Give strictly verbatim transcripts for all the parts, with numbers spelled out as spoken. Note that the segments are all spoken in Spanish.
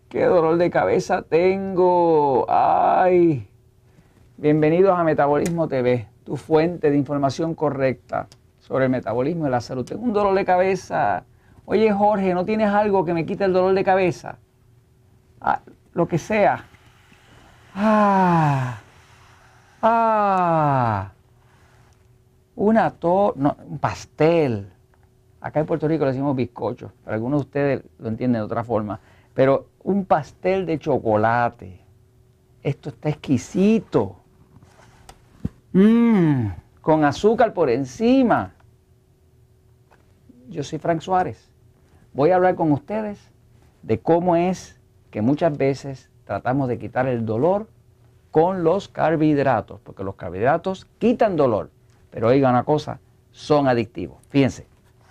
qué dolor de cabeza tengo. Ay. Bienvenidos a Metabolismo T V, tu fuente de información correcta sobre el metabolismo y la salud. Tengo un dolor de cabeza. Oye, Jorge, ¿no tienes algo que me quite el dolor de cabeza? Ah, lo que sea. Ah. Ah. Una to... No, un pastel. Acá en Puerto Rico le decimos bizcocho, pero algunos de ustedes lo entienden de otra forma. Pero un pastel de chocolate. Esto está exquisito. Mmm, con azúcar por encima. Yo soy Frank Suárez. Voy a hablar con ustedes de cómo es que muchas veces tratamos de quitar el dolor con los carbohidratos, porque los carbohidratos quitan dolor, pero oiga una cosa, son adictivos. Fíjense,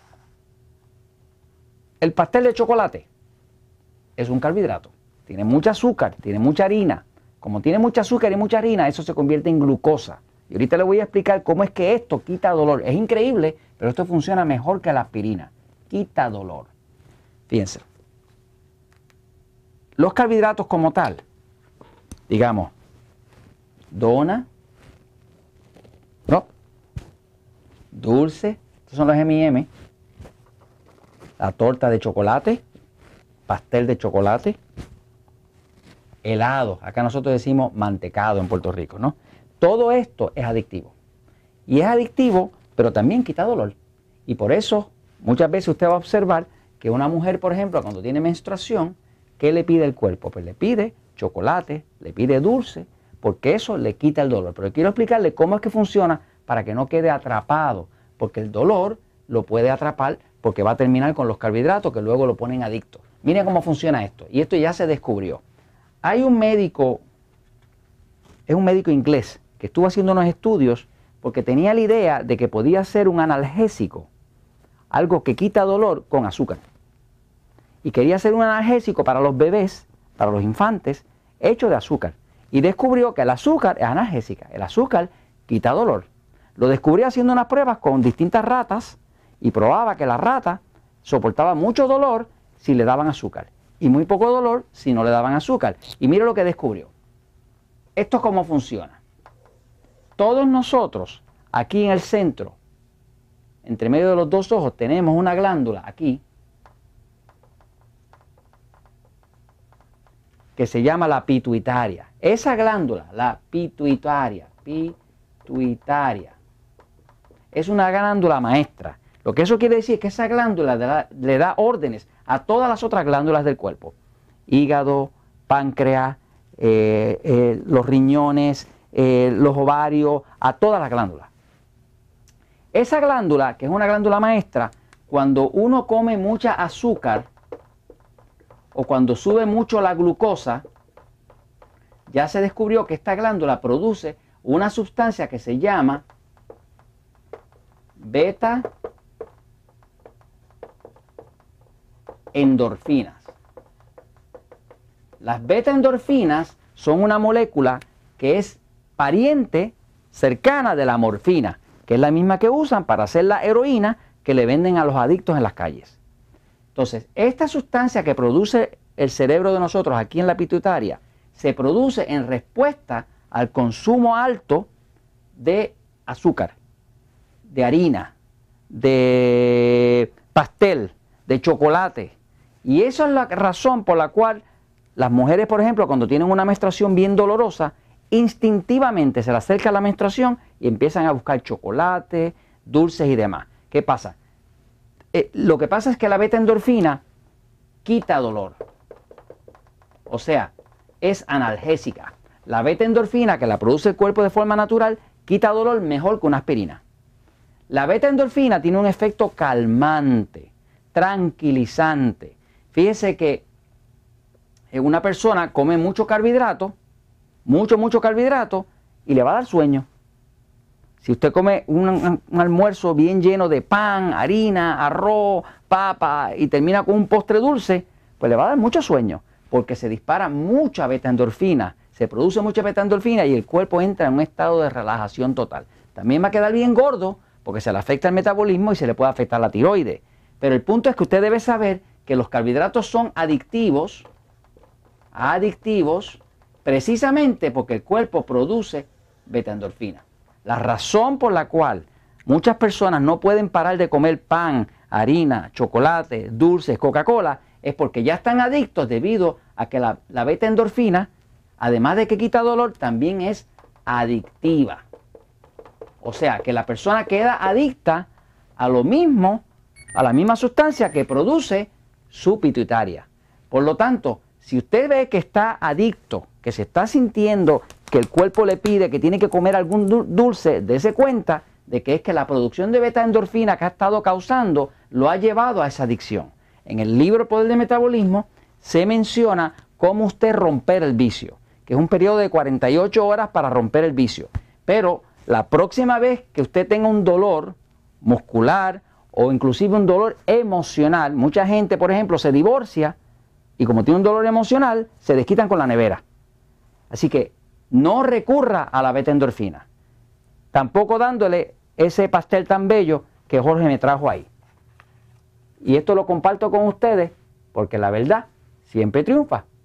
el pastel de chocolate es un carbohidrato, tiene mucho azúcar, tiene mucha harina. Como tiene mucho azúcar y mucha harina, eso se convierte en glucosa. Y ahorita le voy a explicar cómo es que esto quita dolor. Es increíble, pero esto funciona mejor que la aspirina. Quita dolor. Fíjense. Los carbohidratos como tal, digamos, dona, no, dulce, estos son los eme y eme, la torta de chocolate, pastel de chocolate, helado, acá nosotros decimos mantecado en Puerto Rico, ¿no? Todo esto es adictivo. Y es adictivo, pero también quita dolor. Y por eso, muchas veces usted va a observar que una mujer, por ejemplo, cuando tiene menstruación, ¿qué le pide el cuerpo? Pues le pide chocolate, le pide dulce, porque eso le quita el dolor. Pero quiero explicarle cómo es que funciona para que no quede atrapado, porque el dolor lo puede atrapar porque va a terminar con los carbohidratos que luego lo ponen adicto. Miren cómo funciona esto, y esto ya se descubrió. Hay un médico, es un médico inglés, que estuvo haciendo unos estudios porque tenía la idea de que podía ser un analgésico, algo que quita dolor con azúcar. Y quería hacer un analgésico para los bebés, para los infantes, hecho de azúcar. Y descubrió que el azúcar es analgésica, el azúcar quita dolor. Lo descubrió haciendo unas pruebas con distintas ratas y probaba que la rata soportaba mucho dolor si le daban azúcar y muy poco dolor si no le daban azúcar. Y mire lo que descubrió. Esto es cómo funciona. Todos nosotros, aquí en el centro, entre medio de los dos ojos, tenemos una glándula aquí que se llama la pituitaria. Esa glándula, la pituitaria, pituitaria, es una glándula maestra. Lo que eso quiere decir es que esa glándula le da, le da órdenes a todas las otras glándulas del cuerpo. Hígado, páncreas, eh, eh, los riñones, eh, los ovarios, a todas las glándulas. Esa glándula, que es una glándula maestra, cuando uno come mucha azúcar o cuando sube mucho la glucosa, ya se descubrió que esta glándula produce una sustancia que se llama beta endorfinas. Las beta endorfinas son una molécula que es pariente cercana de la morfina, que es la misma que usan para hacer la heroína que le venden a los adictos en las calles. Entonces, esta sustancia que produce el cerebro de nosotros aquí en la pituitaria se produce en respuesta al consumo alto de azúcar, de harina, de pastel, de chocolate. Y esa es la razón por la cual las mujeres, por ejemplo, cuando tienen una menstruación bien dolorosa, instintivamente se le acerca la menstruación y empiezan a buscar chocolate, dulces y demás. ¿Qué pasa? Eh, lo que pasa es que la beta endorfina quita dolor. O sea, es analgésica. La beta endorfina, que la produce el cuerpo de forma natural, quita dolor mejor que una aspirina. La beta endorfina tiene un efecto calmante, tranquilizante. Fíjese que una persona come mucho carbohidrato, mucho, mucho carbohidrato, y le va a dar sueño. Si usted come un, un, un almuerzo bien lleno de pan, harina, arroz, papa, y termina con un postre dulce, pues le va a dar mucho sueño, porque se dispara mucha beta endorfina, se produce mucha beta endorfina y el cuerpo entra en un estado de relajación total. También va a quedar bien gordo, porque se le afecta el metabolismo y se le puede afectar la tiroides. Pero el punto es que usted debe saber que los carbohidratos son adictivos adictivos precisamente porque el cuerpo produce beta-endorfina. La razón por la cual muchas personas no pueden parar de comer pan, harina, chocolate, dulces, Coca-Cola, es porque ya están adictos debido a que la, la beta-endorfina, además de que quita dolor, también es adictiva. O sea, que la persona queda adicta a lo mismo, a la misma sustancia que produce su pituitaria. Por lo tanto, si usted ve que está adicto, que se está sintiendo que el cuerpo le pide que tiene que comer algún dulce, dése cuenta de que es que la producción de beta-endorfina que ha estado causando lo ha llevado a esa adicción. En el libro Poder del Metabolismo se menciona cómo usted romper el vicio, que es un periodo de cuarenta y ocho horas para romper el vicio. Pero la próxima vez que usted tenga un dolor muscular o inclusive un dolor emocional, mucha gente, por ejemplo, se divorcia y como tiene un dolor emocional, se desquitan con la nevera. Así que no recurra a la beta-endorfina, tampoco dándole ese pastel tan bello que Jorge me trajo ahí. Y esto lo comparto con ustedes porque la verdad siempre triunfa.